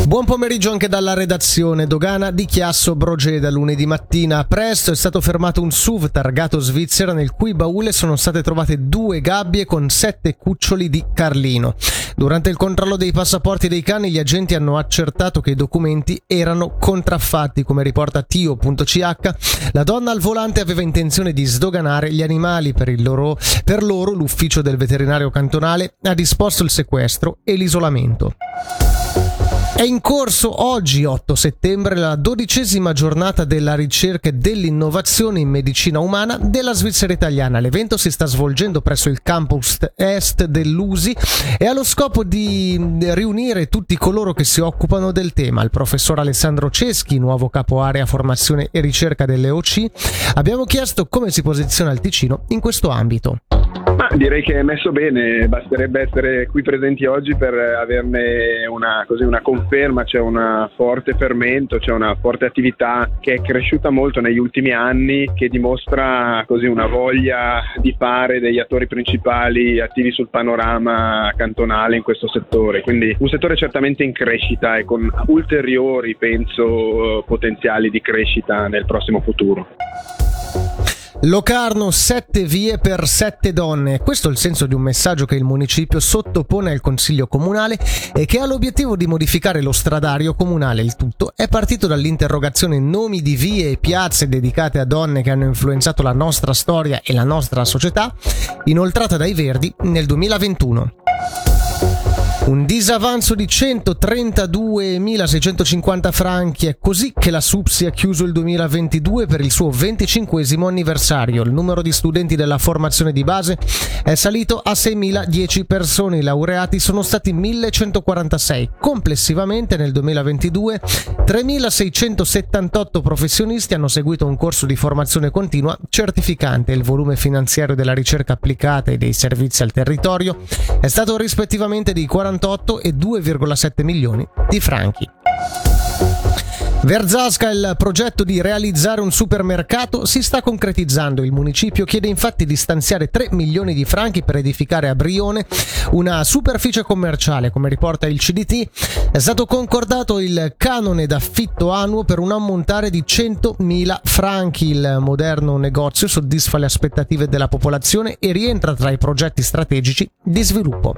Buon pomeriggio anche dalla redazione. Dogana di Chiasso Brogeda. Lunedì mattina presto è stato fermato un SUV targato Svizzera nel cui baule sono state trovate 2 gabbie con 7 cuccioli di Carlino. Durante il controllo dei passaporti dei cani gli agenti hanno accertato che i documenti erano contraffatti. Come riporta Tio.ch, la donna al volante aveva intenzione di sdoganare gli animali. Per loro l'ufficio del veterinario cantonale ha disposto il sequestro e l'isolamento. È in corso oggi, 8 settembre, la 12ª giornata della ricerca e dell'innovazione in medicina umana della Svizzera italiana. L'evento si sta svolgendo presso il campus est dell'USI e ha lo scopo di riunire tutti coloro che si occupano del tema. Il professor Alessandro Ceschi, nuovo capo area formazione e ricerca delle OC, abbiamo chiesto come si posiziona il Ticino in questo ambito. Ma direi che è messo bene, basterebbe essere qui presenti oggi per averne una conferma. C'è un forte fermento, c'è una forte attività che è cresciuta molto negli ultimi anni, che dimostra così una voglia di fare degli attori principali attivi sul panorama cantonale in questo settore, quindi un settore certamente in crescita e con ulteriori, penso, potenziali di crescita nel prossimo futuro. Locarno, 7 vie per 7 donne. Questo è il senso di un messaggio che il municipio sottopone al Consiglio Comunale e che ha l'obiettivo di modificare lo stradario comunale. Il tutto è partito dall'interrogazione nomi di vie e piazze dedicate a donne che hanno influenzato la nostra storia e la nostra società, inoltrata dai Verdi nel 2021. Un disavanzo di 132.650 franchi. È così che la SUPSI ha chiuso il 2022 per il suo 25° anniversario. Il numero di studenti della formazione di base è salito a 6.010 persone. I laureati sono stati 1.146. Complessivamente nel 2022 3.678 professionisti hanno seguito un corso di formazione continua certificante. Il volume finanziario della ricerca applicata e dei servizi al territorio è stato rispettivamente di 48 e 2,7 milioni di franchi. Verzasca, il progetto di realizzare un supermercato si sta concretizzando. Il municipio chiede infatti di stanziare 3 milioni di franchi per edificare a Brione una superficie commerciale. Come riporta il CDT, è stato concordato il canone d'affitto annuo per un ammontare di 100.000 franchi. Il moderno negozio soddisfa le aspettative della popolazione e rientra tra i progetti strategici di sviluppo.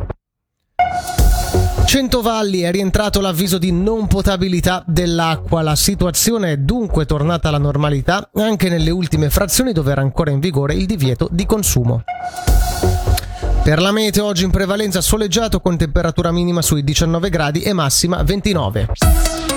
Centovalli, è rientrato l'avviso di non potabilità dell'acqua. La situazione è dunque tornata alla normalità anche nelle ultime frazioni dove era ancora in vigore il divieto di consumo. Per la meteo oggi in prevalenza soleggiato con temperatura minima sui 19 gradi e massima 29.